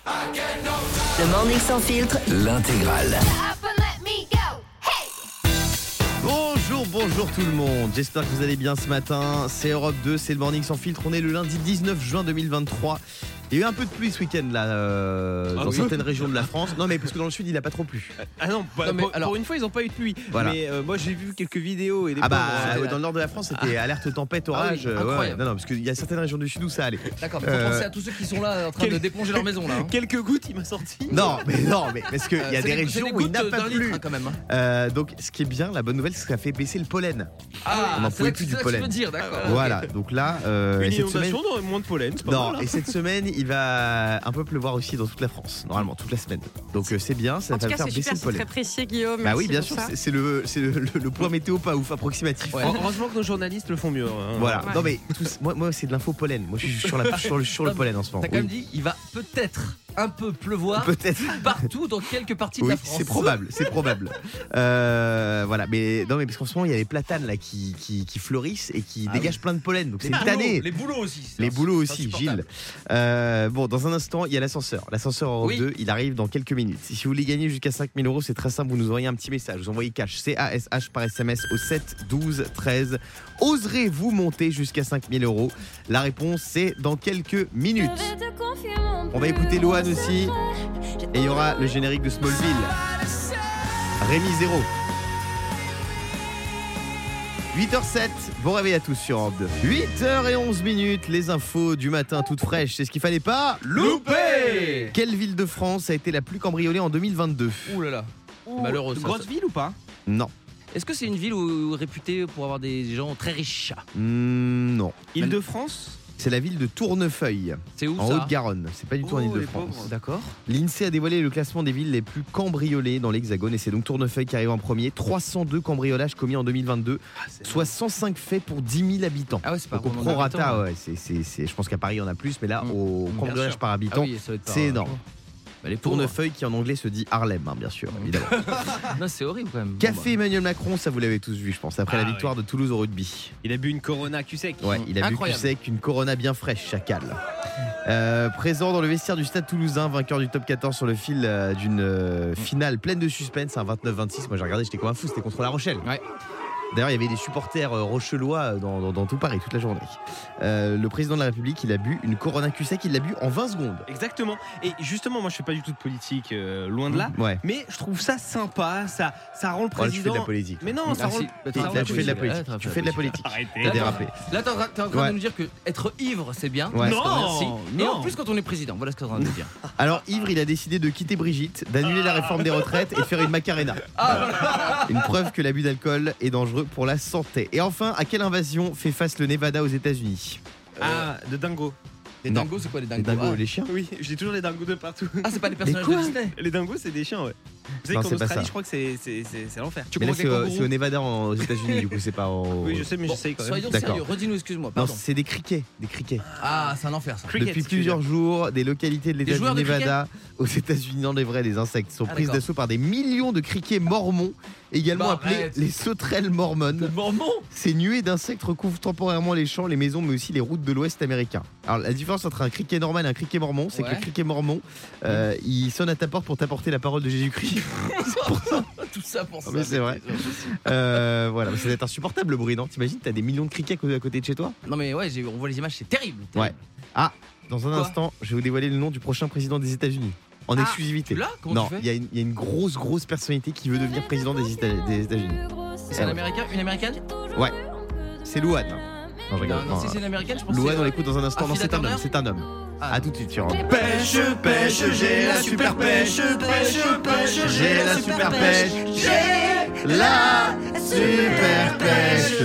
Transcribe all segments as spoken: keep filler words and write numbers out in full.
Le Morning Sans Filtre, l'intégrale. Bonjour, bonjour tout le monde. J'espère que vous allez bien ce matin. C'est Europe deux, c'est le Morning Sans Filtre. On est le lundi dix-neuf juin deux mille vingt-trois. Il y a eu un peu de pluie ce week-end là euh, ah dans oui. certaines régions de la France. Non mais parce que dans le sud il a pas trop plu. Ah non, bah, Non, mais pour, alors- pour une fois ils ont pas eu de pluie. Voilà. Mais euh, moi j'ai vu quelques vidéos et des Ah bah pauvres, euh, dans le nord de la France c'était alerte tempête, orage. Ah oui, euh, ouais, incroyable. non non parce qu'il y a certaines régions du sud où ça allait. D'accord, faut Euh, penser à tous ceux qui sont là en train quel- de déplonger leur maison là. hein. quelques gouttes il m'a sorti. Non mais non mais parce qu'il y a Euh, des c'est régions c'est où il n'a gouttes pas d'un plu. litre, hein, quand même. hein. Euh, donc ce qui est bien, la bonne nouvelle, c'est que ça fait baisser le pollen. Ah, on n'en c'est pouvait là que- plus c'est du là que tu pollen. veux dire, d'accord. Voilà donc là euh, Une cette semaine. inondation dans moins de pollen, c'est pas Non, mal. hein. et cette semaine, il va un peu pleuvoir aussi dans toute la France, normalement, toute la semaine. Donc euh, c'est bien, ça En tout va cas, faire c'est baisser super, le c'est pollen. très précis, Guillaume. Bah oui, merci bien pour sûr, ça. c'est, c'est le, c'est le, le- le point météo pas ouf, approximatif. Ouais. Heureusement que nos journalistes le font mieux. hein. Voilà. Ouais. Non mais tous- moi, moi c'est de l'info pollen. Moi je suis sur, la, sur, le, sur le Non, mais pollen en ce moment. T'as quand même Oui. dit, il va peut-être un peu pleuvoir Peut-être. partout dans quelques parties de Oui, la France. c'est probable, c'est probable. Euh, voilà, mais non mais parce qu'en ce moment il y a les platanes là qui, qui, qui fleurissent et qui Ah dégagent oui. plein de pollen. Donc c'est Les une bouleaux, tannée. les boulots aussi. c'est Les ins- boulots c'est aussi, insupportable. Gilles. Euh, bon, dans un instant, il y a l'ascenseur. L'ascenseur Europe Oui. deux, il arrive dans quelques minutes. Si vous voulez gagner jusqu'à cinq mille euros, c'est très simple. Vous nous envoyez un petit message. Vous envoyez cash, C A S H par S M S au sept douze treize. Oserez-vous monter jusqu'à cinq mille euros? La réponse, c'est dans quelques minutes. On va écouter Loane aussi. Et il y aura le générique de Smallville. Rémi Zéro. huit heures zéro sept, bon réveil à tous sur Europe deux. huit heures onze minutes, les infos du matin toutes fraîches, c'est ce qu'il fallait pas Loupé. Quelle ville de France a été la plus cambriolée en deux mille vingt-deux? Ouh là là. C'est malheureux ça. Grosse ville ou pas? Non. Est-ce que c'est une ville où, réputée pour avoir des gens très riches? Hmm, non. Île-de-France? C'est la ville de Tournefeuille, C'est où en ça? Haute-Garonne. C'est pas du tout en Oh, les Île-de-France. pauvres. D'accord. L'INSEE a dévoilé le classement des villes les plus cambriolées dans l'Hexagone et c'est donc Tournefeuille qui arrive en premier. trois cent deux cambriolages commis en deux mille vingt-deux, soit cent cinq faits pour dix mille habitants. Ah ouais, c'est pas Donc au vraiment prorata, d'habitants, ouais, c'est, c'est, c'est- je pense qu'à Paris il y en a plus, mais là Mm. au Bien cambriolage sûr. par Ah habitant, oui, ça va être par- c'est énorme. Bah, les pauvres. Tournefeuille qui en anglais se dit Harlem, hein, bien sûr, évidemment. Non, c'est horrible quand même. Bon, Café bah. Emmanuel Macron, ça vous l'avez tous vu, je pense, après Ah la victoire de Toulouse au rugby. Il a bu une Corona cul sec. Ouais, il a Incroyable. bu cul sec, une Corona bien fraîche, chacal. Euh, présent dans le vestiaire du Stade Toulousain, vainqueur du top quatorze sur le fil euh, d'une euh, finale pleine de suspense, un vingt-neuf vingt-six. Moi j'ai regardé, j'étais comme un fou, c'était contre La Rochelle. Ouais. D'ailleurs, il y avait des supporters euh, rochelois dans, dans, dans tout Paris toute la journée. Euh, le président de la République, il a bu une Corona cul sec, il l'a bu en vingt secondes. Exactement. Et justement, moi je fais pas du tout de politique, euh, loin de là. Ouais. Mais je trouve ça sympa, ça, ça rend le Oh, là, tu fais président. de la politique. Mais non, ça Ah, rend. si. le- Bah, Et ça là, rend tu fais de la Ouais, politique. t'as Tu fait fais de la la politique. Arrêtez. T'as Là, dérapé. Là, t'es en train, t'es en train Ouais. de nous dire que être ivre, c'est bien. Ouais. Parce qu'on- Non, si. Et non. en plus, quand on est président, voilà ce qu'on est en train de dire. Alors, Ivre, il a décidé de quitter Brigitte, d'annuler la réforme des retraites et de faire une Macarena. Une preuve que l'abus d'alcool est dangereux pour la santé. Et enfin, à quelle invasion fait face le Nevada aux États-Unis? Ah, de dingo. Les Non. dingos, c'est quoi les Les dingos? dingos, Ah. les chiens? Oui, j'ai toujours les dingos de partout. Ah, c'est pas les personnages quoi de Disney. Les dingos, c'est des chiens, ouais. Vous savez Non, qu'en c'est pas Australie, ça. je crois que c'est, c'est, c'est, c'est l'enfer. Tu Mais là, comprends c'est les au, kangourous? c'est au Nevada en- aux États-Unis, du coup, c'est pas au. Oui, je sais, mais Bon, j'essaye quand même. soyons D'accord. sérieux, redis-nous, excuse-moi, Non, pardon. c'est des criquets, des criquets. Ah, c'est un enfer ça. Cricket, Depuis ce que je veux plusieurs dire. jours, des localités de l'État joueurs du de Nevada aux États-Unis, non, les vrais, des insectes, sont Ah, prises d'accord. d'assaut par des millions de criquets mormons, également Bah, appelés arrête. les sauterelles mormones. Mormon. Ces nuées d'insectes recouvrent temporairement les champs, les maisons, mais aussi les routes de l'Ouest américain. Alors, la différence entre un criquet normal et un criquet mormon, c'est que Ouais. le criquet mormon, euh, il sonne à ta porte pour t'apporter la parole de Jésus-Christ. Tout ça pour ça. mais c'est vrai. Euh, voilà, ça doit être insupportable le bruit, non? T'imagines, t'as des millions de criquets à côté de chez toi? Non mais ouais, j'ai- on voit les images, c'est terrible. Ouais. Ah, dans un Quoi instant, je vais vous dévoiler le nom du prochain président des États-Unis. En Ah, exclusivité. tu l'as? Comment Non, tu fais il y, a une- il y a une grosse, grosse personnalité qui veut devenir président des, Éta- des États-Unis. C'est un américain, une américaine? Ouais, c'est Louane. Non, je Non, rigole. non, Non, si c'est une américaine, je pense. Louane, que on c'est- l'écoute dans un instant. Non, Affida c'est un homme, Turner c'est un homme. Ah. À tout de suite sur Europe. Pêche, pêche, j'ai la super pêche, pêche, pêche, J'ai la super pêche, j'ai la super pêche.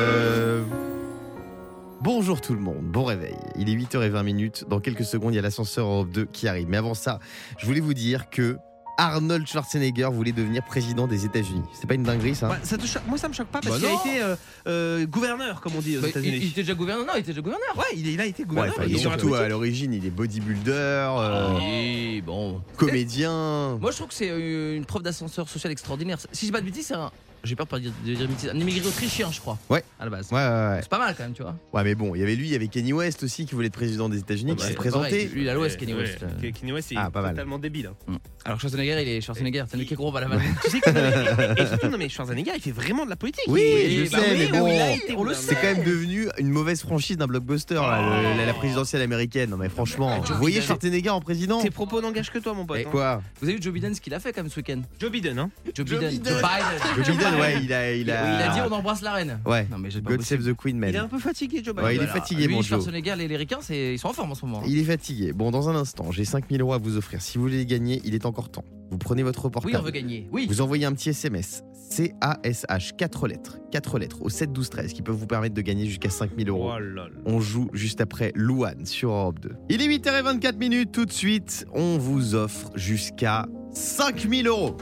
Bonjour tout le monde, bon réveil. Il est huit heures vingt minutes. Dans quelques secondes, il y a l'ascenseur Europe deux qui arrive. Mais avant ça, je voulais vous dire que Arnold Schwarzenegger voulait devenir président des États-Unis. C'est pas une dinguerie ça? Ouais, ça te choque- Moi, ça me choque pas parce Bah qu'il a non. été euh, euh, gouverneur, comme on dit aux Bah, il, États-Unis. il était déjà gouverneur. Non, il était déjà gouverneur. Ouais, il, il a été Ouais, gouverneur. enfin, il et est sur la surtout à politique. l'origine, il est bodybuilder. euh, Oui, bon. comédien. Moi, je trouve que c'est euh, une preuve d'ascenseur social extraordinaire. Si je dis pas de bêtises, c'est un. J'ai peur de pas dire de dire une bêtise. Un immigré autrichien, je crois. Ouais. À la base. Ouais, ouais, ouais. C'est pas mal quand même, tu vois. Ouais, mais bon, il y avait lui, il y avait Kanye West aussi qui voulait être président des États-Unis, qui Ouais, s'est c'est présenté. pareil. Lui, il est à l'ouest, Kanye Ouais, West. ouais. Kanye West, il est Ah, pas mal. totalement débile. hein. Alors Schwarzenegger, il est Schwarzenegger. C'est lui qui est gros à la vanne. Tu sais que non, mais- et surtout, non mais Schwarzenegger, il fait vraiment de la politique. Oui, Il- je bah sais, oui, mais oui, bon, il a été, on le c'est sait. quand même devenu une mauvaise franchise d'un blockbuster, là, le- la, la présidentielle américaine. Non, mais franchement, vous voyez Schwarzenegger en président? Tes propos n'engagent que toi, mon pote. Et hein. Quoi? Vous avez vu Joe Biden ce qu'il a fait quand même ce week-end? Joe Biden, hein. Joe Biden. Biden. Joe Biden. Joe Biden, ouais, il a. Il Il a, a dit on embrasse la reine. Ouais, Non mais j'ai pas God possible. Save the Queen, Il est man. un peu fatigué, Joe Biden. Ouais, il est Voilà. fatigué, Lui, mon Joe. Schwarzenegger, les, les ricains, c'est- ils sont en forme en ce moment. Il est fatigué. Bon, dans un instant, j'ai cinq mille euros à vous offrir. Si vous voulez les gagner, il est encore temps. Vous prenez votre Oui, portable. on veut gagner. Oui. Vous envoyez un petit S M S. C A S H, quatre lettres. quatre lettres au sept douze treize qui peuvent vous permettre de gagner jusqu'à cinq mille euros. Oh là là. On joue juste après Louane sur Europe deux. Il est huit heures vingt-quatre minutes. Tout de suite, on vous offre jusqu'à cinq mille euros.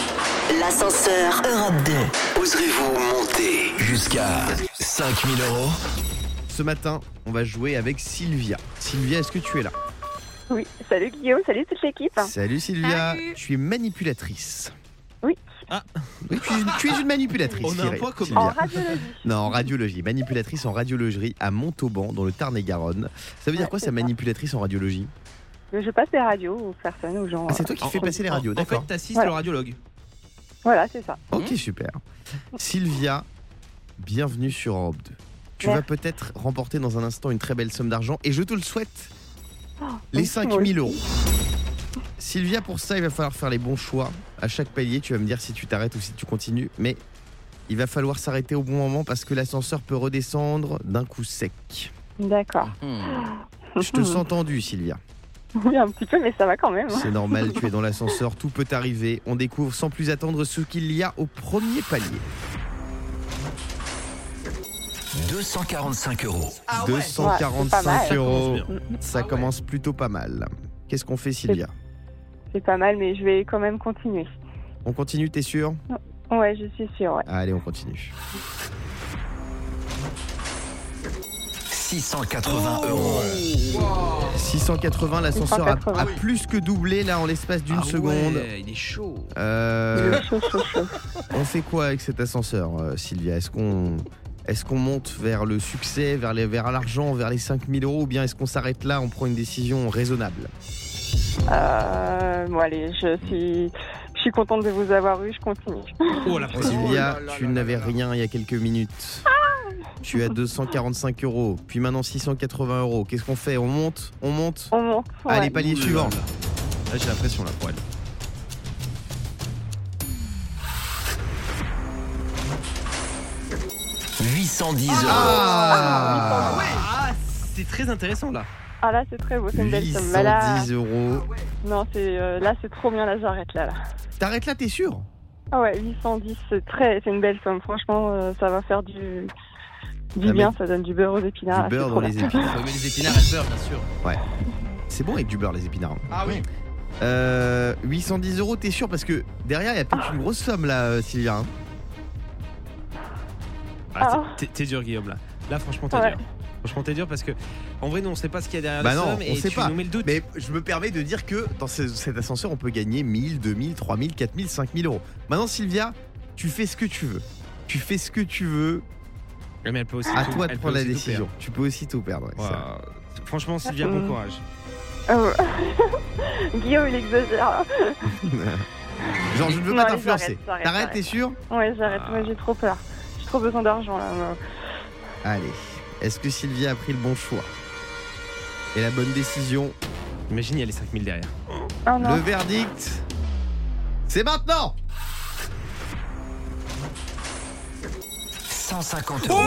L'ascenseur Europe deux. Oserez-vous monter jusqu'à cinq mille euros? Ce matin, on va jouer avec Sylvia. Sylvia, est-ce que tu es là? Oui, salut Guillaume, salut toute l'équipe. Salut Sylvia, Salut. tu es manipulatrice. Oui. Ah. Oui, tu, es- tu es une manipulatrice. On a un Cyril, point commun. Sylvia. En radiologie. Non, en radiologie. Manipulatrice en radiologie à Montauban, dans le Tarn-et-Garonne. Ça veut dire Ouais, quoi, c'est ça, ça. manipulatrice en radiologie? Je passe des radios aux personnes, aux gens. Ah, c'est toi qui euh, fais passer les En- radios, En d'accord. fait, t'assistes Voilà. le radiologue. Voilà, c'est ça. Ok, super. Sylvia, bienvenue sur Europe deux. Tu Merci. vas peut-être remporter dans un instant une très belle somme d'argent et je te le souhaite, Oh, les merci, cinq moi mille euros. aussi. Sylvia, pour ça, il va falloir faire les bons choix. À chaque palier, tu vas me dire si tu t'arrêtes ou si tu continues. Mais il va falloir s'arrêter au bon moment parce que l'ascenseur peut redescendre d'un coup sec. D'accord. Hmm. Je te sens tendu, Sylvia. Oui, un petit peu, mais ça va quand même. C'est normal, tu es dans l'ascenseur, tout peut arriver. On découvre sans plus attendre ce qu'il y a au premier palier. deux cent quarante-cinq euros. deux cent quarante-cinq Ouais, c'est pas mal. euros. Ça commence Ça commence plutôt pas mal. Qu'est-ce qu'on fait, Sylvia? C'est pas mal, mais je vais quand même continuer. On continue, t'es sûr? Ouais, je suis sûre, ouais. Allez, on continue. six cent quatre-vingts euros. six cent quatre-vingts, l'ascenseur a, six cent quatre-vingts. a plus que doublé là en l'espace d'une Ah seconde. ouais, il est chaud. Euh, Chaud, chaud, chaud. on fait quoi avec cet ascenseur, euh, Sylvia? Est-ce qu'on est-ce qu'on monte vers le succès, vers les, vers l'argent, vers les cinq mille euros, ou bien est-ce qu'on s'arrête là, on prend une décision raisonnable? Euh, bon, allez, je suis, je suis contente de vous avoir eu, je continue. Oh la pression. Sylvia, tu n'avais rien il y a quelques minutes. Tu as deux cent quarante-cinq euros, puis maintenant six cent quatre-vingts euros. Qu'est-ce qu'on fait? On monte? On monte? On monte. Ouais. Allez, palier suivant. Là, j'ai la pression là pour elle. huit cent dix euros. Ah, Ah, c'est très intéressant là. Ah là, c'est très beau, c'est une belle huit somme. cent Mais là, dix euros. non, c'est euh, là, c'est trop bien. Là, j'arrête là, là. T'arrêtes là, t'es sûr? Ah ouais, huit cent dix, c'est très, c'est une belle somme. Franchement, euh, ça va faire du, du Ah, bien. mais- Ça donne du beurre aux épinards. Du là, beurre c'est dans trop les bien. épinards. Faut aimer les épinards et le beurre, bien sûr. C'est bon avec du beurre, les épinards. Ah oui. Euh, huit cent dix euros, t'es sûr? Parce que derrière, il y a peut-être une grosse somme là, euh, Sylvia. hein. Ah, Ah. t'es- t'es t'es dur, Guillaume là. Là, franchement, t'es Ouais. dur. Franchement, t'es dur parce que en vrai, nous, on sait pas ce qu'il y a derrière Bah la non, somme on et sait tu pas. nous mets le doute. Mais je me permets de dire que dans ce- cet ascenseur, on peut gagner mille, deux mille, trois mille, quatre mille, cinq mille euros. Maintenant, Sylvia, tu fais ce que tu veux. Tu fais ce que tu veux. Mais elle peut aussi À tout- toi de elle peut prendre la aussi tout décision. Tu peux aussi tout perdre. ouais, perdre. ça. Waouh. Franchement, Sylvia, bon Mm. courage. Ah ouais. Guillaume, il exagère. Genre, je ne veux Non, pas allez, t'influencer. j'arrête, j'arrête, T'arrêtes, j'arrête. t'es sûr? Ouais, j'arrête. Ah. Moi, j'ai trop peur. J'ai trop besoin d'argent là. moi. Allez. Est-ce que Sylvia a pris le bon choix et la bonne décision? Imagine, il y a les cinq mille derrière. Oh non. Le verdict, c'est maintenant. cent cinquante euros.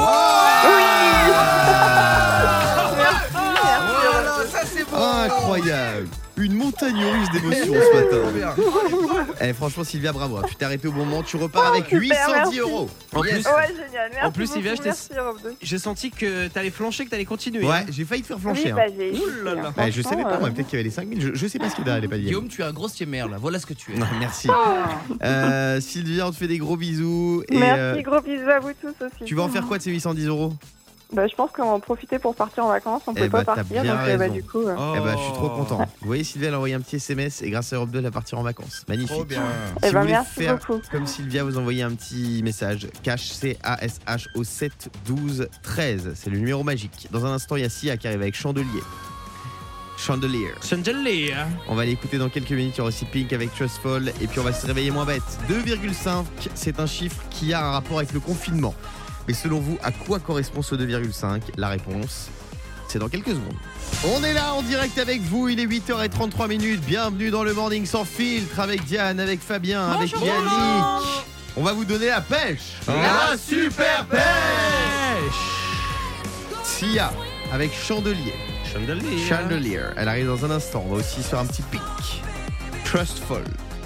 Incroyable. Une montagne russe d'émotions ce matin. Eh, franchement, Sylvia, bravo. Tu t'es arrêté au bon moment. Tu repars avec super, huit cent dix merci. euros. En plus, Ouais, génial. Merci En plus, Sylvia, beaucoup, je t'ai- merci, Europe deux. j'ai senti que t'allais flancher, que t'allais continuer. Ouais, hein. j'ai failli te faire Oui, flancher. hein. bah, j'ai Ouh hésité, là là. hein. Ouais, je savais pas, Franchement, moi, euh, peut-être qu'il y avait les cinq mille. Je, je sais pas ce qu'il y a derrière les paliers. Guillaume, tu es un grossier mère là. Voilà ce que tu es. Non, merci. Ah. Euh, Sylvia, on te fait des gros bisous. Et Merci, euh, gros bisous à vous tous aussi. tu vas en faire quoi de ces huit cent dix euros? Bah, je pense qu'on va en profiter pour partir en vacances. On peut Eh pas bah, t'as partir, bien donc euh, bah, raison. du coup. euh, Oh. Eh ben, je suis trop content. Vous voyez, Sylvia, elle a envoyé un petit S M S et grâce à Europe deux, elle va partir en vacances. Magnifique. Trop bien. Eh Si ben, vous voulez merci faire beaucoup. comme Sylvia, vous envoyez un petit message cash C A S H au sept douze treize. C'est le numéro magique. Dans un instant, il y a Sia qui arrive avec Chandelier. Chandelier. Chandelier. On va l'écouter dans quelques minutes. Il y aura aussi Pink avec Trustful. Et puis on va se réveiller moins bête. deux virgule cinq, c'est un chiffre qui a un rapport avec le confinement. Mais selon vous, à quoi correspond ce deux virgule cinq? La réponse, c'est dans quelques secondes. On est là en direct avec vous. Il est huit heures trente-trois minutes. Bienvenue dans le Morning Sans Filtre avec Diane, avec Fabien, avec Yannick. On va vous donner la pêche. La super pêche. Sia avec Chandelier. Chandelier. Chandelier. Elle arrive dans un instant. On va aussi faire un petit pic. Trustful.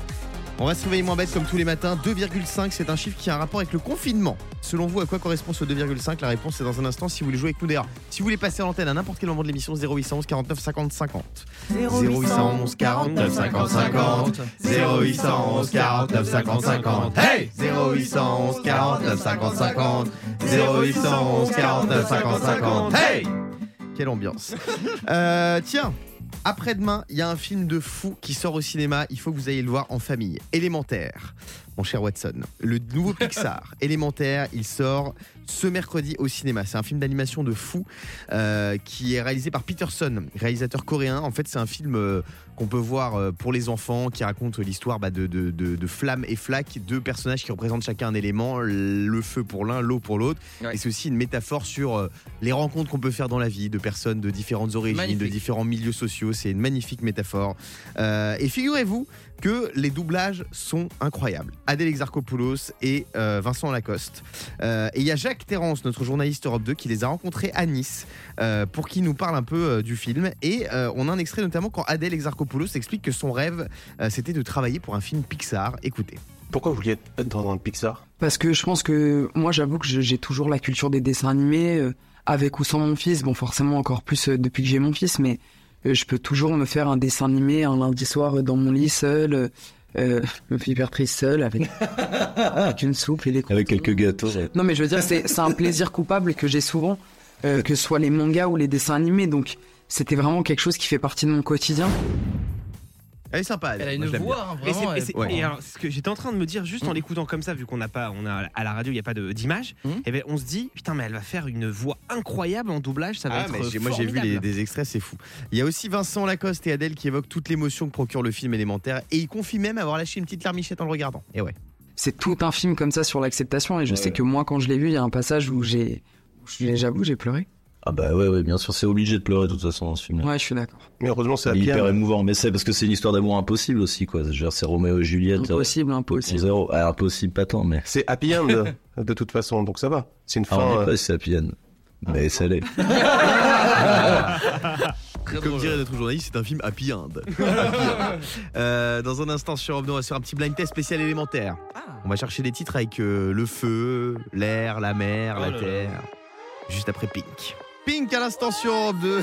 On va se réveiller moins bête comme tous les matins. deux virgule cinq, c'est un chiffre qui a un rapport avec le confinement. Selon vous, à quoi correspond ce deux virgule cinq? La réponse, c'est dans un instant. Si vous voulez jouer avec nous, d'ailleurs, si vous voulez passer à l'antenne à n'importe quel moment de l'émission, zéro huit cent onze quarante-neuf cinquante cinquante. zéro huit cent onze quarante-neuf cinquante cinquante. zéro huit cent onze quarante-neuf cinquante cinquante. Hey! zéro huit cent onze quarante-neuf cinquante cinquante. zéro huit cent onze quarante-neuf cinquante cinquante. Hey! Quelle ambiance. Euh, tiens. Après-demain, il y a un film de fou qui sort au cinéma. Il faut que vous ayez le voir en famille. Élémentaire, mon cher Watson. Le nouveau Pixar, Élémentaire, il sort ce mercredi au cinéma. C'est un film d'animation de fou euh, qui est réalisé par Peterson, réalisateur coréen. En fait, c'est un film euh, qu'on peut voir euh, pour les enfants qui raconte l'histoire bah, de, de, de, de Flamme et Flaque, deux personnages qui représentent chacun un élément, le feu pour l'un, l'eau pour l'autre. Ouais. Et c'est aussi une métaphore sur euh, les rencontres qu'on peut faire dans la vie de personnes de différentes origines, magnifique. De différents milieux sociaux. C'est une magnifique métaphore. Euh, et figurez-vous que les doublages sont incroyables. Adèle Exarchopoulos et euh, Vincent Lacoste. Euh, et il y a Jacques Terrance, notre journaliste Europe deux, qui les a rencontrés à Nice euh, pour qu'il nous parle un peu euh, du film. Et euh, on a un extrait notamment quand Adèle Exarchopoulos explique que son rêve, euh, c'était de travailler pour un film Pixar. Écoutez. Pourquoi vous vouliez être dans un Pixar? Parce que je pense que moi, j'avoue que j'ai toujours la culture des dessins animés, euh, avec ou sans mon fils. Bon, forcément encore plus euh, depuis que j'ai mon fils, mais euh, je peux toujours me faire un dessin animé un lundi soir euh, dans mon lit seul. Euh, Euh, je me fais hyper triste seul avec, avec une soupe et des avec quelques gâteaux. Ouais. Non mais je veux dire c'est c'est un plaisir coupable que j'ai souvent, euh, que ce soit les mangas ou les dessins animés, donc c'était vraiment quelque chose qui fait partie de mon quotidien. Elle est sympa. Elle, elle a une Moi, voix, hein, Et, vraiment. c'est, et, c'est, ouais. et alors, ce que j'étais en train de me dire, juste mmh. en l'écoutant comme ça, vu qu'on n'a pas, on a à la radio, il n'y a pas de, d'image, mmh. et ben on se dit, putain, mais elle va faire une voix incroyable en doublage, ça va ah, être mais j'ai, formidable. moi j'ai vu les, des extraits, c'est fou. Il y a aussi Vincent Lacoste et Adèle qui évoquent toute l'émotion que procure le film Élémentaire, et il confie même avoir lâché une petite larmichette en le regardant. Et ouais. C'est tout un film comme ça sur l'acceptation, et je ouais. sais que moi quand je l'ai vu, il y a un passage où j'ai, où j'avoue, j'ai pleuré. Ah bah ouais, ouais, bien sûr, c'est obligé de pleurer de toute façon dans ce film-là. Ouais, je suis d'accord. Mais heureusement, c'est hyper émouvant. Mais c'est parce que c'est une histoire d'amour impossible aussi, quoi. Genre, c'est Roméo et Juliette. Impossible, impossible. Zéro. Ah, impossible, pas tant, mais. C'est happy end de toute façon, donc ça va. C'est une fin. Ah, on dit pas si c'est happy end, mais ça l'est. Comme dirait notre journaliste, c'est un film happy end. Happy end. Euh, dans un instant sur Europe deux, on va se faire un petit blind test spécial Élémentaire. Ah. On va chercher des titres avec euh, le feu, l'air, la mer, oh la terre. Là. Juste après Pink. Pink à l'instant sur Europe deux.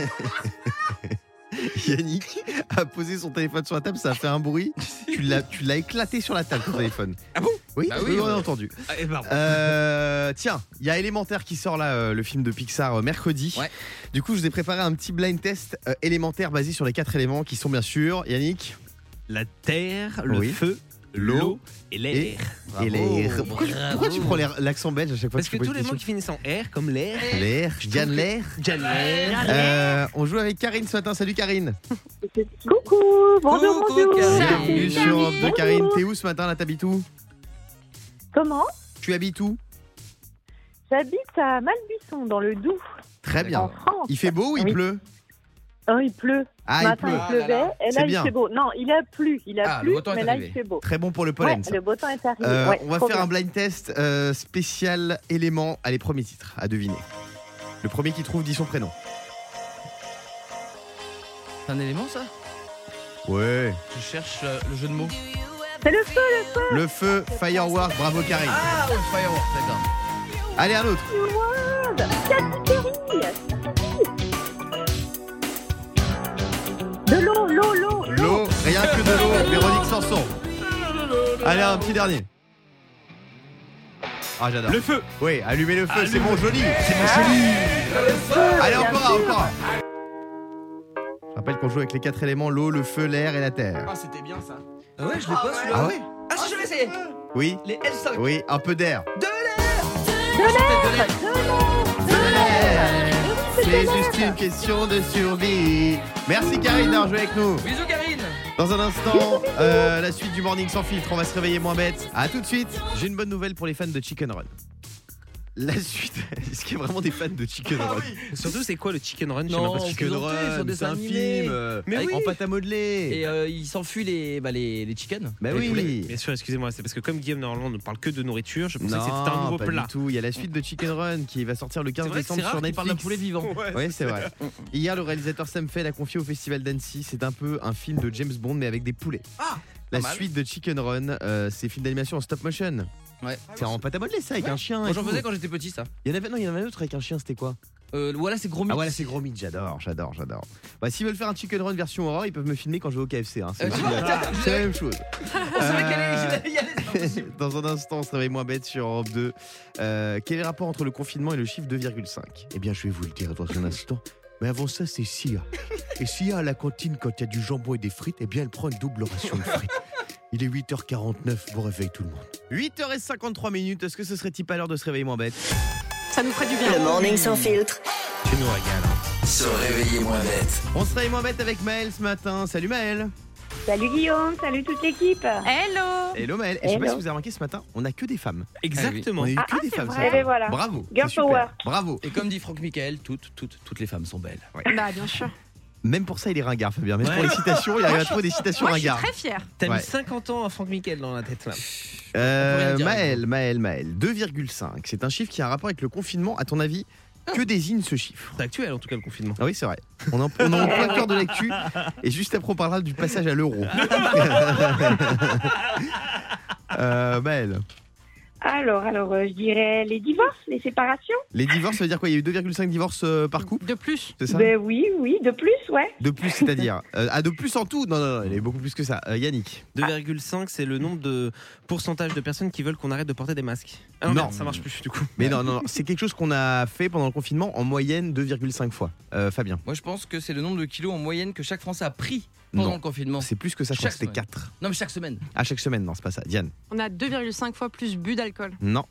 Yannick a posé son téléphone sur la table, ça a fait un bruit. Tu l'as, tu l'as éclaté sur la table, ton téléphone. Ah bon? Oui, bah oui, on a ouais. entendu. Ah, et euh, tiens, il y a Élémentaire qui sort là, euh, le film de Pixar euh, mercredi. Ouais. Du coup, je vous ai préparé un petit blind test euh, élémentaire basé sur les quatre éléments qui sont bien sûr, Yannick, la terre, le oui. feu, l'eau, l'eau et l'air. Et, et l'air. Pourquoi, pourquoi tu prends l'air, l'accent belge à chaque fois? Parce que, que tous les mots qui finissent en R, comme l'air. L'air, Diane l'air. Diane l'air. Euh, on joue avec Karine ce matin. Salut Karine. Coucou, bonjour, Coucou, bonjour. Bienvenue sur Europe deux, Karine. T'es où ce matin là? T'habites où? Comment? Tu habites où? J'habite à Malbuisson, dans le Doubs. Très bien. En France. Il fait beau ou il oui. pleut? Oh, il pleut. Ah, Ce il matin, pleut. il pleuvait, Ah là là. et là, C'est il bien. fait beau. Non, il a plu, il a Ah, plu, le beau temps mais est là, arrivé. il fait beau. Très bon pour le pollen. Ouais, ça. le beau temps est arrivé. Euh, ouais, on va trop faire bien. un blind test euh, spécial élément. Allez, premier titre à deviner. Le premier qui trouve dit son prénom. C'est un élément ça? Ouais. Je cherche euh, le jeu de mots. C'est le feu, le feu. Le feu, Firework, bravo Karine. Ah ouais, Firework, d'accord. Allez, un autre. Katy Perry. De l'eau, l'eau, l'eau. L'eau, rien que de l'eau, Véronique Sanson. Allez, un petit dernier. Ah, j'adore. Le feu. Oui, allumer le feu, Allume- c'est mon joli. C'est mon joli. Allez, encore un, encore un. Je rappelle qu'on joue avec les quatre éléments, l'eau, le feu, l'air et la terre. Ah, c'était bien ça. Ah ouais, je l'ai pas celui-là. Ah ouais Ah si, je l'ai essayé. Oui, Les L cinq. oui, un peu d'air. De l'air. De l'air. C'est juste une question de survie. Merci Karine d'avoir joué avec nous. Bisous Karine. Dans un instant, euh, la suite du Morning sans filtre, on va se réveiller moins bête. A tout de suite. J'ai une bonne nouvelle pour les fans de Chicken Run. La suite, est-ce qu'il y a vraiment des fans de Chicken Run? Surtout, c'est quoi le chicken run? Je sais Non, même pas. Chicken plaisantait, sur Run, des c'est un animés. film euh, Mais avec- oui. en pâte à modeler. Et euh, il s'enfuit les, bah, les, les chickens. Bah Les poulets. oui. Bien sûr, excusez-moi, c'est parce que comme Guillaume normalement ne parle que de nourriture, je pensais Non, que c'était un nouveau pas plat. du tout. Il y a la suite de Chicken Run qui va sortir le C'est quinze vrai que c'est décembre rare sur qu'il parle d'un Netflix. poulet vivant. Oui, c'est vrai. Hier, le réalisateur Sam Feld a confié au Festival d'Annecy, c'est un peu un film de James Bond mais avec des poulets. Ah, La pas mal. suite de Chicken Run, euh, c'est film d'animation en stop motion. Ouais. C'est en pâte à modeler ça avec Ouais. un chien. Moi et j'en tout. faisais quand j'étais petit ça. Il y en avait non, il y en avait un autre avec un chien, c'était quoi? Euh, voilà, c'est gros mythe. Ah voilà, c'est Gros Mythe, j'adore, j'adore, j'adore. Bah s'ils veulent faire un Chicken Run version horror, ils peuvent me filmer quand je vais au K F C. Hein. C'est Euh, aussi- tu vois, tiens, c'est la même chose. On savait qu'elle Euh, allait y aller, c'est pas possible. Dans un instant, on se réveille moins bête sur Europe deux. Euh, quel est le rapport entre le confinement et le chiffre deux virgule cinq? Eh bien, je vais vous le dire dans un instant. Mais avant ça, c'est Sia. Et Sia, à la cantine, quand il y a du jambon et des frites, eh bien, elle prend une double ration de frites. Il est huit heures quarante-neuf, bon réveil tout le monde. huit heures cinquante-trois minutes, est-ce que ce serait-il pas l'heure de se réveiller moins bête? Ça nous ferait du bien. Le Morning sans filtre. Tu nous régales. hein. Se réveiller moins bête. On se réveille moins bête avec Maëlle ce matin. Salut Maëlle. Salut Guillaume, salut toute l'équipe. Hello. Hello Maëlle. Et je sais pas Hello. si vous avez remarqué ce matin, on a que des femmes. Exactement. On a eu Ah, que ah, des c'est femmes. ce vrai. matin. Eh ben voilà. Bravo. Girl c'est super. power. Bravo. Et comme dit Franck Michael, toutes, toutes, toutes les femmes sont belles. Bah bien sûr. Même pour ça, il est ringard, Fabien. Même Ouais. pour les citations, il arrive à trouver des citations Moi je suis ringards. très fière. T'as Ouais. mis cinquante ans à Franck Michael dans la tête là. Euh, On peut rien dire, Maël, Maël, Maël, deux virgule cinq. C'est un chiffre qui a un rapport avec le confinement. À ton avis, que désigne ce chiffre? C'est actuel en tout cas le confinement. Ah oui, c'est vrai. On est en, on est en plein cœur de l'actu. Et juste après, on parlera du passage à l'euro. euh, Maël, Alors, alors, euh, je dirais les divorces, les séparations. les divorces, ça veut dire quoi? Il y a eu deux virgule cinq divorces euh, par couple, De plus. c'est ça? Ben oui, oui, de plus, ouais. De plus, c'est-à-dire euh, Ah, de plus en tout? Non, non, non, il y a beaucoup plus que ça. Euh, Yannick. deux virgule cinq, c'est le nombre de pourcentage de personnes qui veulent qu'on arrête de porter des masques. Ah non, Non. merde, ça marche plus du coup. Mais non, non, non, c'est quelque chose qu'on a fait pendant le confinement en moyenne deux virgule cinq fois. Euh, Fabien. Moi je pense que c'est le nombre de kilos en moyenne que chaque Français a pris pendant Non. le confinement. C'est plus que ça, je crois Chaque que c'était semaine. quatre. Non mais chaque semaine. À chaque semaine, non, c'est pas ça. Diane. On a deux virgule cinq fois plus bu d'alcool. Non.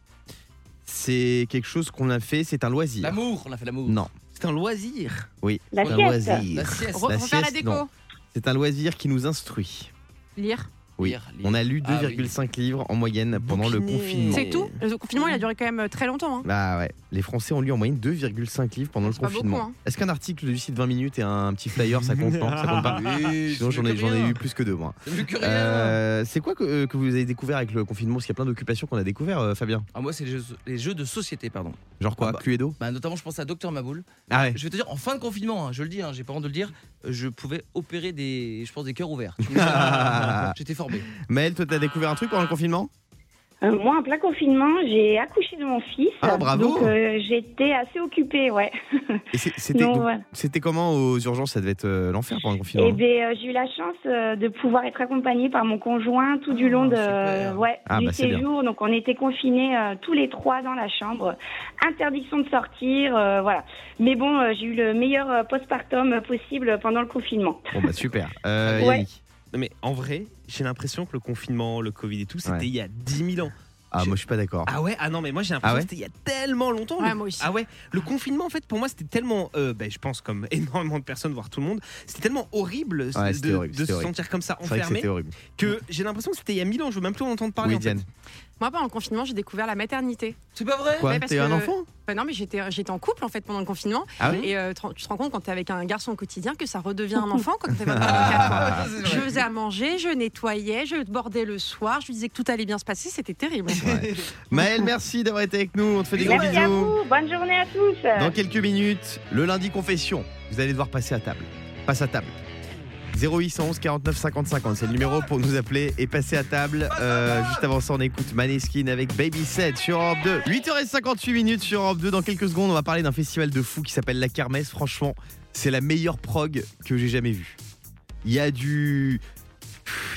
C'est quelque chose qu'on a fait, c'est un loisir. L'amour, on a fait l'amour. Non. C'est un loisir. Oui, La c'est un sieste. loisir. La sieste. Re- La refaire la sieste, déco. non. C'est un loisir qui nous instruit. Lire. Oui. Lire, lire. On a lu Ah deux virgule cinq livres en moyenne pendant le Bouquiner. confinement. C'est tout. Le confinement il a duré quand même très longtemps. Hein. Bah ouais, les Français ont lu en moyenne deux virgule cinq livres pendant le C'est pas confinement. beaucoup, hein. Est-ce qu'un article du site vingt minutes et un petit flyer, ça compte? Non, ça compte pas. Oui, Sinon, c'est j'en ai, mieux que j'en ai rien. eu plus que deux, moi. C'est mieux que rien. Euh, c'est quoi que, euh, que vous avez découvert avec le confinement? Parce qu'il y a plein d'occupations qu'on a découvert, euh, Fabien. Ah, moi c'est les jeux, les jeux de société, pardon. Genre quoi? Ah bah. Cluedo? Bah, notamment je pense à Docteur Maboul. Ah ouais. Je vais te dire, en fin de confinement, hein, je le dis, hein, j'ai pas honte de le dire, euh, je pouvais opérer des, je pense, des cœurs ouverts. Tu me dis ça, J'étais formé. Maëlle, toi, t'as découvert un truc pendant le confinement? Euh, moi, en plein confinement, j'ai accouché de mon fils. Ah, bravo. Donc, euh, j'étais assez occupée, ouais. Et c'est- c'était, Donc, donc, voilà. c'était comment aux urgences? Ça devait être euh, l'enfer pendant le confinement. Eh bien, j'ai eu la chance euh, de pouvoir être accompagnée par mon conjoint tout du Oh, long de, super. ouais, Ah, du bah, c'est bien. séjour. Donc, on était confinés euh, tous les trois dans la chambre. Interdiction de sortir, euh, voilà. Mais bon, euh, j'ai eu le meilleur euh, postpartum possible pendant le confinement. Bon bah super. Euh, Ouais. Yannick. Non mais en vrai, j'ai l'impression que le confinement, le Covid et tout, c'était Ouais. il y a dix mille ans. Ah Je- moi je suis pas d'accord. Ah ouais, ah non mais moi j'ai l'impression Ah ouais que c'était il y a tellement longtemps. Ouais, le- moi aussi. Ah ouais, le confinement en fait pour moi c'était tellement, euh, ben, je pense comme énormément de personnes, voire tout le monde, c'était tellement horrible Ouais, de, c'était horrible, de c'était se horrible. sentir comme ça C'est vrai que enfermé c'était horrible. que j'ai l'impression que c'était il y a mille ans. Je veux même plus en entendre parler. Oui en fait. Diane. Moi pendant le confinement j'ai découvert la maternité. C'est pas vrai? Quoi? Ouais, parce T'as eu un que- enfant? Bah non mais j'étais j'étais en couple en fait pendant le confinement. Ah oui. Et euh, tu te rends- tu te rends compte quand t'es avec un garçon au quotidien que ça redevient un enfant quand t'es vingt-quatre mois. C'est Je vrai. faisais à manger, je nettoyais, je bordais le soir, je lui disais que tout allait bien se passer, c'était terrible. Ouais. Maëlle, merci d'avoir été avec nous. On te fait des gros Merci à bisous. vous. Bonne journée à tous. Dans quelques minutes, le lundi confession. Vous allez devoir passer à table. Passe à table. zéro huit un un quarante-neuf cinquante cinquante, c'est le numéro pour nous appeler et passer à table. Euh, juste avant ça, on écoute Maneskin avec Baby Set sur Europe deux. huit heures cinquante-huit minutes sur Europe deux. Dans quelques secondes, on va parler d'un festival de fou qui s'appelle La Kermesse. Franchement, c'est la meilleure prog que j'ai jamais vue. Il y a du...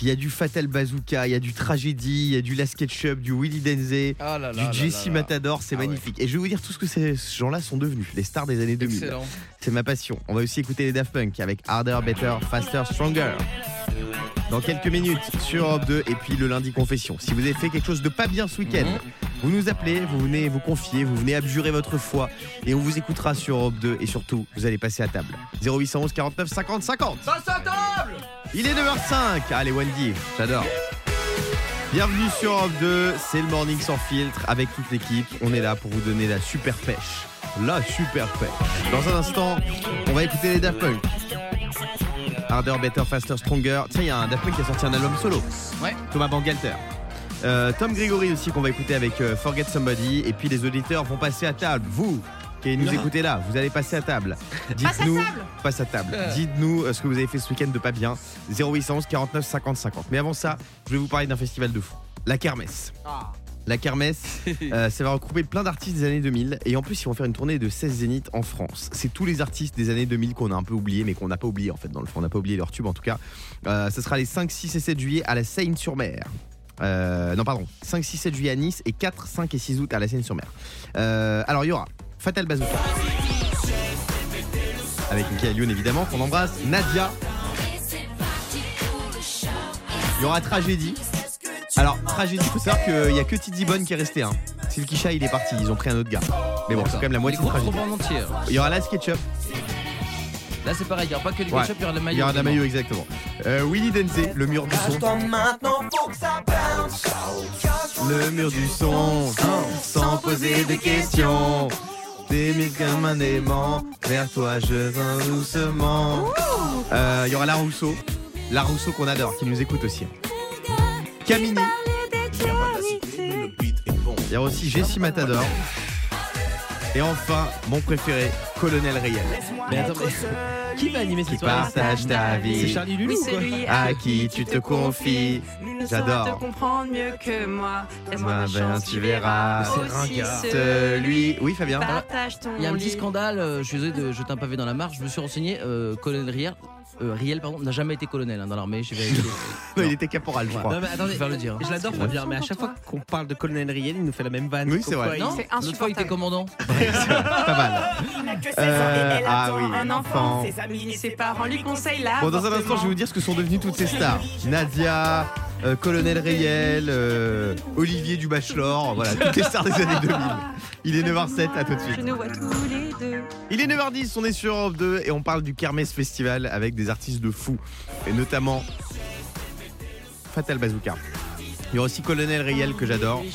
Il y a du Fatal Bazooka, il y a du Tragédie, il y a du Last Ketchup, du Willy Denze, Ah là là du là Jesse là là. Matador, c'est Ah ouais. magnifique. Et je vais vous dire tout ce que ces gens-là sont devenus, les stars des années deux mille. Excellent. C'est ma passion. On va aussi écouter les Daft Punk avec Harder, Better, Faster, Stronger. Dans quelques minutes sur Europe deux et puis le lundi confession. Si vous avez fait quelque chose de pas bien ce week-end, vous nous appelez, vous venez vous confier, vous venez abjurer votre foi et on vous écoutera sur Europe deux et surtout vous allez passer à table. zéro huit un un quarante-neuf cinquante cinquante. Passe à table. Il est neuf heures cinq. Allez Wendy, j'adore. Bienvenue sur Europe deux, c'est le Morning sans filtre avec toute l'équipe. On est là pour vous donner la super pêche. La super pêche. Dans un instant, on va écouter les Daft Punk. Harder, Better, Faster, Stronger. Tiens, il y a un Daft Punk qui a sorti un album solo. Ouais. Thomas Bangalter. Euh, Tom Gregory aussi qu'on va écouter avec euh, Forget Somebody. Et puis les auditeurs vont passer à table. Vous qui nous écoutez là, vous allez passer à table. Dites-nous, passe à table. Dites-nous euh, ce que vous avez fait ce week-end de pas bien. zéro huit un un quarante-neuf cinquante cinquante. Mais avant ça, je vais vous parler d'un festival de fou. La Kermesse. Ah. La Kermesse, euh, ça va regrouper plein d'artistes des années deux mille. Et en plus, ils vont faire une tournée de seize zéniths en France. C'est tous les artistes des années deux mille qu'on a un peu oubliés, mais qu'on n'a pas oublié en fait. Dans le fond, on n'a pas oublié leur tube en tout cas. Euh, ce sera les cinq, six et sept juillet à la Seine-sur-Mer. Euh, non, pardon. cinq, six, sept juillet à Nice et quatre, cinq et six août à la Seine-sur-Mer. Euh, alors, il y aura Fatal Bazooka. Avec Michael Youn évidemment, qu'on embrasse. Nadia. Il y aura Tragédie. Alors, Tragédie, il faut savoir qu'il n'y a que Tidy Bonne qui est resté. Hein. Sylvie Kisha, il est parti, ils ont pris un autre gars. Mais bon, c'est quand même la moitié de Tragédie. En entier. Il y aura la SketchUp. Là, c'est pareil, il n'y aura pas que du Ouais. ketchup, il y aura de la maillot. Il y aura de la maillot, exactement. Euh, Willy Denze, le mur du son. Le mur du son, sans poser de questions. T'es mis comme un aimant, vers toi je viens doucement. Euh, Il y aura La Rousseau, La Rousseau qu'on adore, qui nous écoute aussi. Camini. Il y aura aussi Jessie Matador. Et enfin, mon préféré, Colonel Riel. Mais attends, mais qui va animer cette Qui soirée? partage ta vie. C'est Charlie Lulu Oui, ou c'est quoi? lui. À qui tu te confies. J'adore. te J'adore. comprendre mieux que moi. Laisse-moi Ben, ma ben, chance, tu verras. C'est Aussi ringard. Celui. Oui, Fabien. Partage ton Il y a un petit lit. scandale, euh, je suis désolé de jeter un pavé dans la marche, je me suis renseigné, euh, colonel Riel, euh, Riel pardon, n'a jamais été colonel hein, dans l'armée, j'ai vérifié. Non, il était caporal, je crois. Non mais attendez, Je vais le dire. je l'adore Fabien, mais à chaque fois qu'on parle de Colonel Riel, il nous fait la même vanne. Oui, c'est vrai. Pourquoi Non, C'est l'autre fois il était insupportable. commandant. Pas mal. Euh, ah oui, Un enfant, ses amis, ses parents lui conseillent là. Bon, dans un instant, je vais vous dire ce que sont devenues toutes ces stars. Nadia, euh, Colonel Riel, euh, Olivier du Bachelor, voilà, toutes les stars des années deux mille. Il est neuf heures zéro sept, à tout de Je suite. nous vois tous les deux. Il est neuf heures dix, on est sur Europe deux et on parle du Kermesse Festival avec des artistes de fou. Et notamment Fatal Bazooka. Il y aura aussi Colonel Riel que j'adore.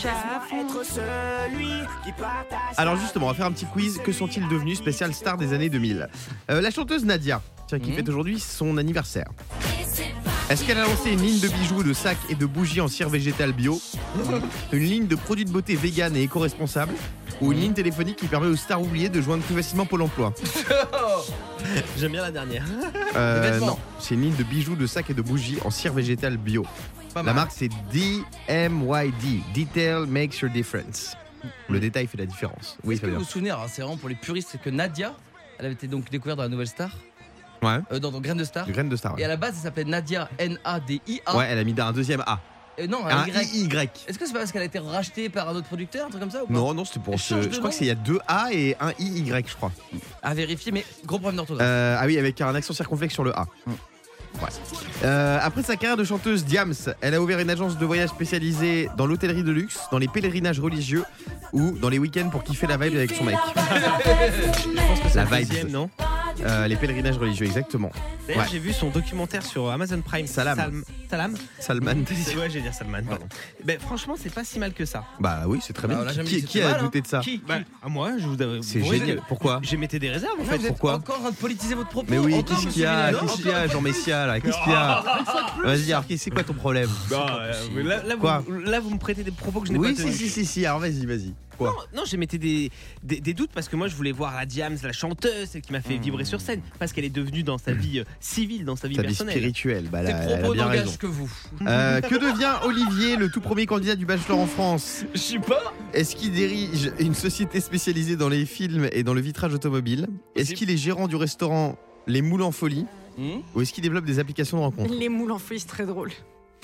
Alors justement, on va faire un petit quiz. Que sont-ils devenus spécial star des années deux mille? euh, La chanteuse Nadia, tiens, qui Mhm. fête aujourd'hui son anniversaire. Est-ce qu'elle a lancé une ligne de bijoux, de sacs et de bougies en cire végétale bio? Une ligne de produits de beauté vegan et éco-responsable? Ou une ligne téléphonique qui permet aux stars oubliées de joindre plus facilement Pôle emploi? J'aime bien la dernière. Euh, Des vêtements. non, c'est une ligne de bijoux, de sacs et de bougies en cire végétale bio. Pas La mal. marque c'est D M Y D. Detail makes your difference. Le détail fait la différence. Oui, Est-ce que Fabien. vous vous souvenez, alors, c'est vraiment pour les puristes, c'est que Nadia, elle avait été donc découverte dans la Nouvelle Star, Ouais. euh, dans, dans Graines de Star. De graines de star. Et Ouais, à la base, elle s'appelait Nadia N A D I A. ouais, elle a mis un deuxième A. Et non, Un un Y. I Y. Est-ce que c'est pas parce qu'elle a été rachetée par un autre producteur, un truc comme ça ou pas? Non, non, c'était pour Elle ce. change Je de crois nom. que c'est il y a deux A et un I Y, je crois. À vérifier, mais gros problème d'orthographe. Euh, ah oui, avec un accent circonflexe sur le A. Ouais. Euh, après sa carrière de chanteuse, Diams, elle a ouvert une agence de voyage spécialisée dans l'hôtellerie de luxe, dans les pélérinages religieux ou dans les week-ends pour kiffer la vibe avec son mec. Je pense que c'est La le vibe. deuxième, non? Euh, les pèlerinages religieux, exactement. D'ailleurs, Ouais. j'ai vu son documentaire sur Amazon Prime. Salam. Salm- Salam. Salman, t'as dit? Ouais, j'ai dire Salman, pardon. Ben, franchement, c'est pas si mal que ça. Bah oui, c'est très Bah, bien. on l'a Qui, jamais qui- dit, qui c'est a mal, hein. douté de ça? Qui, bah, à moi, je vous C'est vous- génial. Pourquoi? J'ai metté des réserves en Non, fait. vous êtes pourquoi encore en train de politiser votre propos. Mais oui, Encore, qu'est-ce qu'il monsieur y a? Mélenchon, Qu'est-ce qu'il y a, encore. Jean Messia, là? Qu'est-ce qu'il y a? Vas-y, alors, c'est quoi ton problème? Non, euh, là, là, Quoi vous, là, vous me prêtez des propos que je n'ai Oui, pas si, tenus. si, si, si, alors vas-y, vas-y. Quoi? Non, j'ai metté des, des, des doutes parce que moi je voulais voir la Diams, la chanteuse, celle qui m'a fait vibrer sur scène, parce qu'elle est devenue dans sa vie euh, civile, dans sa vie Ta vie personnelle. spirituelle, bah Tes là, elle a propos bien raison. n'engagent que vous. Euh, que devient Olivier, le tout premier candidat du Bachelor en France? Je sais pas. Est-ce qu'il dirige une société spécialisée dans les films et dans le vitrage automobile? Est-ce qu'il est gérant du restaurant Les Moules en Folie? Hmm Ou est-ce qu'il développe des applications de rencontres? Les moules en folie, c'est très drôle.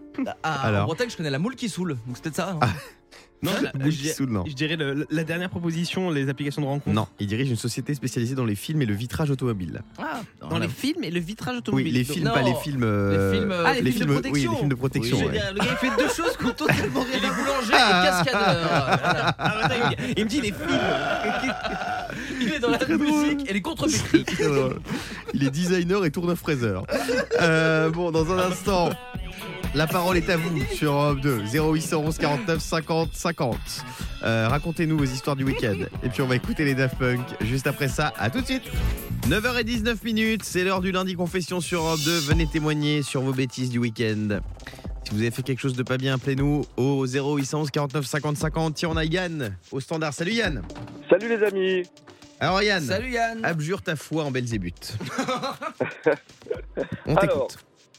Ah, Alors en Bretagne, je connais la moule qui saoule, donc c'est peut-être ça. Ah. Non, La je, boule qui dirais- saoule, non. je dirais le- la dernière proposition, les applications de rencontre. Non, il dirige une société spécialisée dans les films et le vitrage automobile. Ah, Dans les films et le vitrage Oui, automobile. les Donc- films, non. pas les films. euh, Les films, euh, Ah, les films de oui, protection. les films de protection. Je veux ouais. dire, le gars, il fait deux choses qui ont totalement rien Il est à voir. boulanger et cascadeur. Voilà. Ah, attends, il- il me dit les films. Il est dans la musique et les contrepétries. Il est designer et tourneur-fraiseur. Euh, bon, dans un instant, la parole est à vous sur Europe deux. zéro huit onze quarante-neuf cinquante cinquante. Euh, racontez-nous vos histoires du week-end. Et puis on va écouter les Daft Punk juste après ça. À tout de suite. neuf heures dix-neuf minutes, c'est l'heure du lundi confession sur Europe deux. Venez témoigner sur vos bêtises du week-end. Si vous avez fait quelque chose de pas bien, appelez-nous au zéro huit onze quarante-neuf cinquante cinquante. Tiens, on a Yann au standard. Salut Yann. Salut les amis. Alors Yann, Salut Yann. abjure ta foi en Belzébuth. On Alors, t'écoute.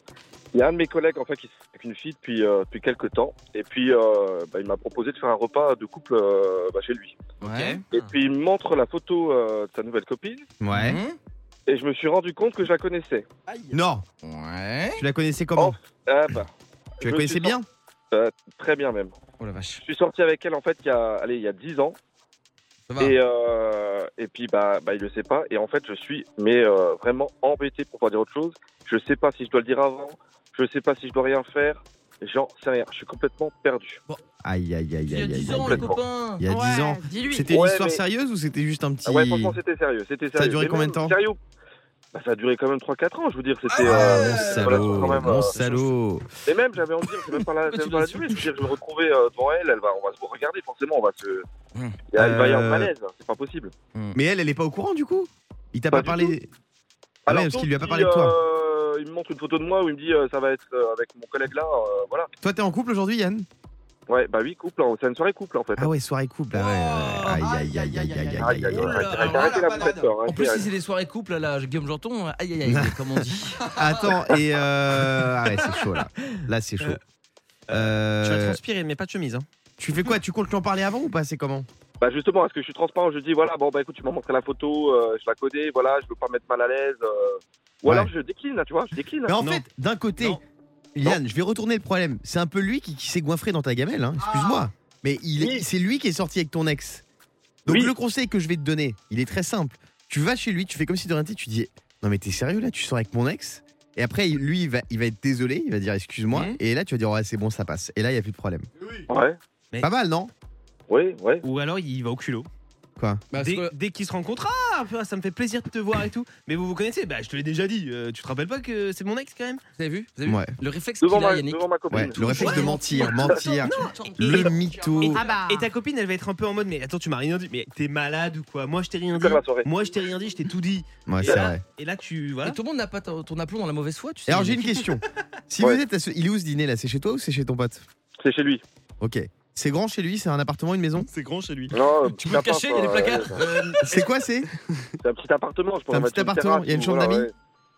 Il y a un de mes collègues en fait qui est avec une fille depuis euh, depuis quelques temps et puis euh, bah, il m'a proposé de faire un repas de couple euh, bah, chez lui. Ouais. Et puis il me montre la photo euh, de sa nouvelle copine Ouais. Mmh. et je me suis rendu compte que je la connaissais. Non, Ouais. tu la connaissais comment? Ah bah, Tu la je connaissais suis bien? euh, très bien même. Oh la vache. Je suis sorti avec elle en fait il y a allez il y a dix ans Ça va. et euh, et puis bah bah il le sait pas et en fait je suis mais euh, vraiment embêté pour pas dire autre chose. Je sais pas si je dois le dire avant. Je sais pas si je dois rien faire. J'en sais rien. Je suis complètement perdu. Aïe, aïe, aïe, Il y a aïe, aïe. dix ans, les complètement. copains. Il y a Ouais, dix ans. Dis-lui. C'était une Ouais, histoire mais- sérieuse ou c'était juste un petit. Ah ouais, franchement, c'était sérieux. C'était sérieux. Ça a duré Mais combien de même temps Sérieux bah, ça a duré quand même trois quatre ans, je veux dire. C'était. Ah ouais, euh, Mon une salaud, relation quand même, mon euh, salaud. Et même, j'avais envie de dire, c'est même pas la, c'est même Tu pas la l'as durée. Je veux dire, je me retrouvais euh, devant elle, elle va, on va se regarder, forcément, on va se. Hum. Il, y a- il va y avoir Euh, malaise, c'est pas possible. Mais elle, elle est pas au courant du coup? Il t'a Pas pas, du parlé. Ah ouais, Alors, parce qu'il lui a pas sauf parlé de si, toi. euh, il me montre une photo de moi où il me dit, euh, ça va être euh, avec mon collègue là, euh, voilà. Toi, t'es en couple aujourd'hui, Yann? Ouais, bah oui, couple, hein, c'est une soirée couple en fait. Ah ouais, soirée couple. Ah ouais, ouais, ouais. Aïe, aïe, aïe, aïe, aïe, aïe, aïe, aïe, aïe. Oh là, Arrêtez, alors là, arrêtez la là, vous faites peur. hein, En plus, arrêtez. si c'est les soirées couple, là, Guillaume Janton, aïe aïe aïe, comme on dit. Attends, et euh. Ah ouais, c'est chaud là. Là, c'est chaud. Tu vas Euh. transpirer, mais pas de chemise. Hein. Tu fais quoi? Tu comptes lui en parler avant ou pas? C'est comment? Bah justement, est-ce que je suis transparent? Je dis voilà, bon bah écoute, tu m'as montré la photo, euh, je la connais, voilà, je veux pas me mettre mal à l'aise. euh, Ou Ouais. alors je décline, là, tu vois, je décline. Mais en Non. fait, d'un côté, Non. Yann, je vais retourner le problème. C'est un peu lui qui, qui s'est goinfré dans ta gamelle, hein. Excuse-moi. Mais il est- Oui. c'est lui qui est sorti avec ton ex. Donc Oui. le conseil que je vais te donner, il est très simple. Tu vas chez lui, tu fais comme si de rien n'était, tu dis non mais t'es sérieux là, tu sors avec mon ex? Et après lui il va, il va être désolé, il va dire excuse-moi. Mhm. Et là tu vas dire ouais c'est bon ça passe. Et là il y a plus de problème. Ouais, Mais- Pas mal non? oui, ouais. Ou alors il va au culot. Quoi? Bah, Dès, c'est quoi- dès qu'ils se rencontrent, ah, ça me fait plaisir de te voir et tout. Mais vous vous connaissez? Bah, je te l'ai déjà dit. Euh, tu te rappelles pas que c'est mon ex quand même? Vous avez vu, Vous avez vu Ouais. Le réflexe qu'il Devant a, ma, Yannick. devant ma copine. Ouais, le réflexe de mentir, mentir, Et- le mytho. Et, Ah bah. et ta copine, elle va être un peu en mode, mais attends, tu m'as rien dit. Mais t'es malade ou quoi? Moi, je t'ai rien dit. Super la soirée. Moi, je t'ai rien dit, je t'ai tout dit. Ouais et, c'est là, vrai. et là, tu. Et Voilà. tout le monde n'a pas ton ton aplomb dans la mauvaise foi, tu sais. Et alors j'ai une Yannick. question. Si Ouais. vous êtes à ce... Il est où ce dîner là? C'est chez toi ou c'est chez ton pote? C'est chez lui. Ok. C'est grand chez lui? C'est un appartement, une maison? C'est grand chez lui. Non, Tu peux le cacher, il y a des placards. euh, C'est quoi c'est? C'est un petit appartement, je pourrais C'est un mettre petit une appartement, terrasse il y a une ou- chambre voilà, d'amis? ouais.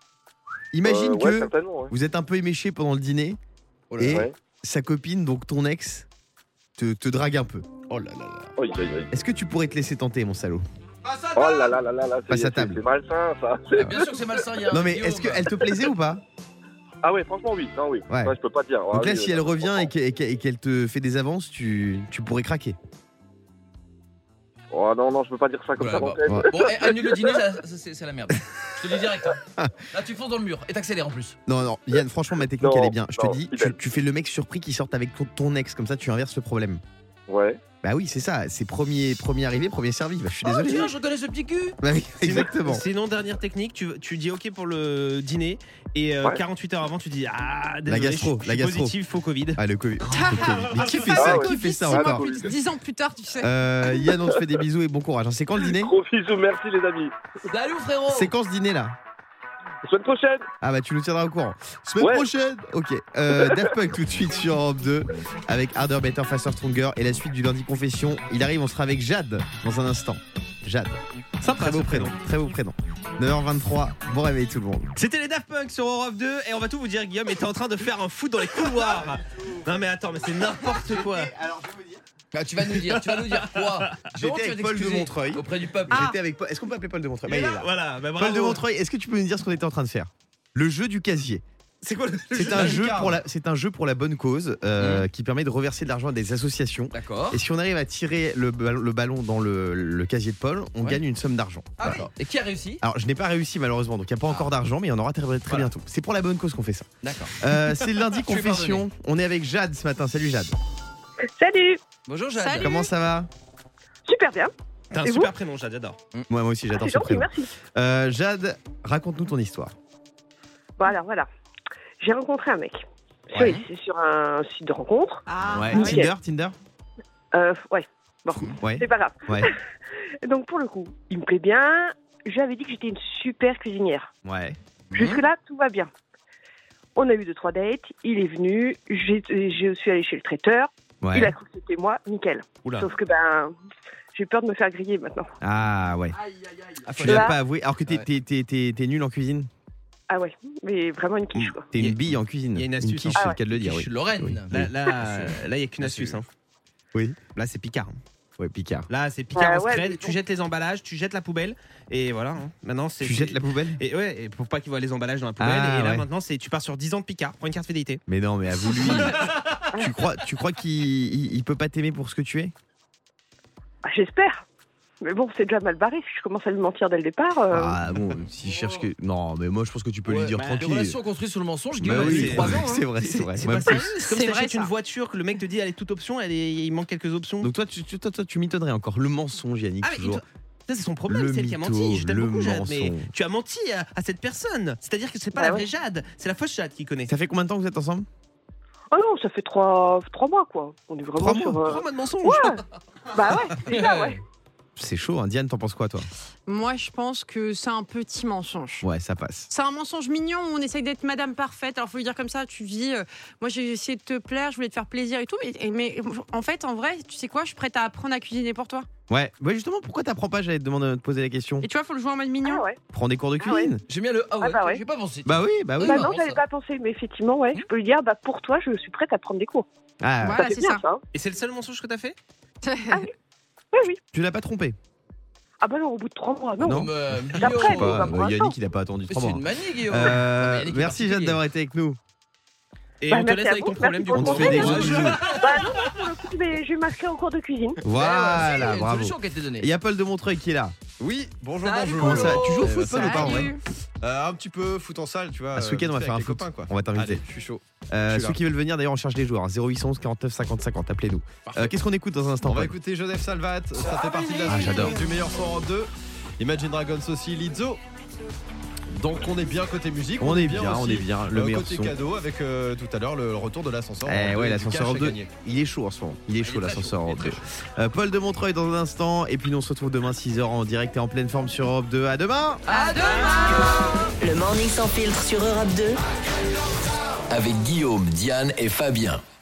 Imagine Euh, ouais, que certainement, ouais. vous êtes un peu éméché pendant le dîner Oh là et là. Ouais. sa copine, donc ton ex, te, te drague un peu. Oh là là là. Aïe, aïe, aïe. Est-ce que tu pourrais te laisser tenter, mon salaud? Oh là là là là là, Passe c'est à c'est- table. c'est malsain ça. Ah, bien sûr que c'est malsain, il y a un Non mais Guillaume. est-ce qu'elle te plaisait ou pas? Ah ouais, franchement oui, non oui. Ouais. Ouais, je peux pas dire. Donc Ah là, oui, si euh, elle revient et franchement. qu'elle et qu'elle- et qu'elle te fait des avances, tu, tu pourrais craquer. Oh non, non, je peux pas dire ça comme Voilà, ça. bah, d'antenne. ouais. Bon, eh, annule le dîner, ça- ça, c'est c'est la merde. Je te le dis direct. hein. Là, tu fonces dans le mur et t'accélères en plus. Non, non, Yann, franchement, ma technique, Non, elle est bien. Je te non, dis, tu, fidèle. tu fais le mec surpris qui sorte avec ton, ton ex, comme ça, tu inverses le problème. Ouais. Bah oui, c'est ça, c'est premier, premier arrivé, premier servi. Bah, je suis Oh, désolé. tiens, je reconnais ce petit cul. Bah oui, Sinon- exactement. Sinon, dernière technique, tu, tu dis OK pour le dîner et euh, Ouais. quarante-huit heures avant, tu dis ah, désolé, gastro, je, je la suis gastro. positif, faux Covid. Ah, le Covid. Le Covid. Mais qui fait Ah ça? ouais. Qui fait ça Six mois encore? plus- Dix ans plus tard, tu sais. Euh, Yann, on te fait des bisous et bon courage. hein. C'est quand le dîner? Gros bisous, merci les amis. Salut frérot. C'est quand ce dîner là? Semaine prochaine. Ah bah tu nous tiendras au courant. Semaine Ouais. prochaine. Ok. Euh, Daft Punk tout de suite sur Europe deux avec Harder, Better, Faster, Stronger et la suite du lundi confession. Il arrive, on sera avec Jade dans un instant. Jade. Sympa, Très beau ce prénom. Très beau prénom. neuf heures vingt-trois. Bon réveil tout le monde. C'était les Daft Punk sur Europe deux et on va tout vous dire. Guillaume était en train de faire un foot dans les couloirs. Non mais attends, mais c'est n'importe quoi. Alors je vais vous dire. Ah, tu vas nous dire, tu vas nous dire quoi? J'étais Comment tu vas avec Paul de t'excuser Montreuil. auprès du peuple. Ah. J'étais avec Paul. Est-ce qu'on peut appeler Paul de Montreuil? Bah, il est là. Voilà, bah bravo. Paul de Montreuil, est-ce que tu peux nous dire ce qu'on était en train de faire? Le jeu du casier. C'est quoi le C'est un jeu pour la, c'est un jeu pour la bonne cause euh, mmh. qui permet de reverser de l'argent à des associations. D'accord. Et si on arrive à tirer le, le ballon dans le, le casier de Paul, on ouais. gagne une somme d'argent. Ah voilà. Et qui a réussi? Alors je n'ai pas réussi malheureusement, donc il n'y a pas ah. encore d'argent, mais il y en aura très, très voilà. bientôt. C'est pour la bonne cause qu'on fait ça. D'accord. Euh, c'est lundi confession. On est avec Jade ce matin. Salut Jade. Salut. Bonjour Jade. Salut. Comment ça va? Super bien. T'as un Et super vous prénom, Jade, j'adore. Mmh. Moi, moi aussi, j'adore ah, ce gentil, prénom. Merci. Euh, Jade, raconte-nous ton histoire. Voilà, voilà. J'ai rencontré un mec. Ouais. C'est sur un site de rencontre. Ah, ouais. Okay. Tinder, Tinder euh, Ouais. Bon, ouais. c'est pas grave. Ouais. Donc, pour le coup, il me plaît bien. J'avais dit que j'étais une super cuisinière. Ouais. Jusque-là, tout va bien. On a eu deux, trois dates. Il est venu. J'ai, je suis allée chez le traiteur. Ouais. Il a cru que c'était moi. Nickel. Oula. Sauf que, ben, j'ai peur de me faire griller maintenant. Ah, ouais. Aïe, aïe, aïe. Ah, tu l'as pas avoué. Alors que t'es, ouais. t'es, t'es, t'es, t'es nul en cuisine? Ah ouais, mais vraiment une quiche quoi. T'es une bille en cuisine. Il y a une astuce. Une quiche, ah c'est ouais. le cas de le dire. Je suis Lorraine. Oui. Là, là, là, il n'y a qu'une astuce. Hein. Oui. Là, c'est Picard. Ouais, Picard. Là, c'est Picard euh, en ouais, scred. Tu jettes les emballages, tu jettes la poubelle. Et voilà. Hein. Maintenant, c'est. Tu jettes la poubelle? Et ouais, et pour pas qu'ils voient les emballages dans la poubelle. Ah, et là, ouais. maintenant, c'est tu pars sur dix ans de Picard. Prends une carte fidélité. Mais non, mais avoue-lui. tu crois, tu crois qu'il il, il peut pas t'aimer pour ce que tu es? Ah, j'espère. Mais bon, c'est déjà mal barré. Si je commence à lui mentir dès le départ. Euh... Ah bon, s'il cherche que. Non, mais moi je pense que tu peux ouais, lui dire bah, tranquille. Les relations construites sur le mensonge, bah oui, c'est, ans, hein. c'est vrai, c'est vrai. C'est, ouais, pas c'est, c'est comme si t'achètes une voiture que le mec te dit elle est toute option, elle est, il manque quelques options. Donc toi, tu, toi, toi, tu m'étonnerais encore. Le mensonge, Yannick, ah, toujours. Ça, c'est son problème, le c'est elle qui a menti. Je t'aime beaucoup, Jade, mais tu as menti à, à cette personne. C'est-à-dire que c'est pas bah la vraie ouais. Jade, c'est la fausse Jade qui connaît. Ça fait combien de temps que vous êtes ensemble? Oh non, ça fait trois, trois mois quoi. On est vraiment trois sur. Mois. Euh... Trois mois de mensonge. Ouais. Bah ouais, c'est ça, ouais. C'est chaud, hein. Diane, t'en penses quoi, toi? Moi, je pense que c'est un petit mensonge. Ouais, ça passe. C'est un mensonge mignon où on essaye d'être madame parfaite. Alors, faut lui dire comme ça, tu dis, euh, moi, j'ai essayé de te plaire, je voulais te faire plaisir et tout. Mais, mais en fait, en vrai, tu sais quoi, je suis prête à apprendre à cuisiner pour toi. Ouais, ouais justement, pourquoi t'apprends pas? J'allais te demander de te poser la question. Et tu vois, faut le jouer en mode mignon. Ah ouais. Prends des cours de cuisine. Ah ouais. J'aime bien le ah ouais, ah bah ouais. J'ai pas pensé. Bah oui, bah oui. Bah non, j'avais pas pensé, mais effectivement, ouais, je peux lui dire, bah pour toi, je suis prête à prendre des cours. Ah, voilà, ça c'est bien, ça. ça. Et c'est le seul mensonge que t'as fait? Ah oui. Oui, oui. Tu l'as pas trompé? Ah bah non, au bout de trois mois, non. Non, mais euh, d'après, pas, bah, Yannick, il a pas attendu trois mois. C'est une manie, Guillaume. Euh, merci Jeanne d'avoir été avec nous. Et bah, on te laisse avec ton problème du coup. On te fait des gros bisous. Bah non, pour le coup, mais je vais m'inscrire au cours de cuisine. Voilà, bravo. Il y a Paul de Montreuil qui est là. Oui, bonjour, Salut, bonjour. Comment ça, tu joues au foot, Paul, ou pas? Salut. Euh, un petit peu foot en salle, tu vois. Ah, ce week-end, on va faire un foot. Copains, quoi. On va t'inviter. Allez, je suis chaud. Euh, je suis ceux qui veulent venir, d'ailleurs, on cherche des joueurs. zéro huit cent onze quarante-neuf cinquante cinquante, appelez-nous. Euh, qu'est-ce qu'on écoute dans un instant? On va écouter Joseph Salvat. Ça fait partie de la ah, j'adore. du meilleur son en deux. Imagine Dragons aussi, Lizzo. Donc on est bien côté musique. On, on est bien, bien on est bien. Le euh, meilleur côté son. cadeau avec euh, tout à l'heure le retour de l'ascenseur. Eh ouais, l'ascenseur en deux. Gagné. Il est chaud en ce moment. Il est chaud, il est l'ascenseur chaud, en deux. Euh, Paul de Montreuil dans un instant. Et puis nous on se retrouve demain six heures en direct et en pleine forme sur Europe deux. À demain. À demain. Le Morning Sans Filtre sur Europe deux. Avec Guillaume, Diane et Fabien.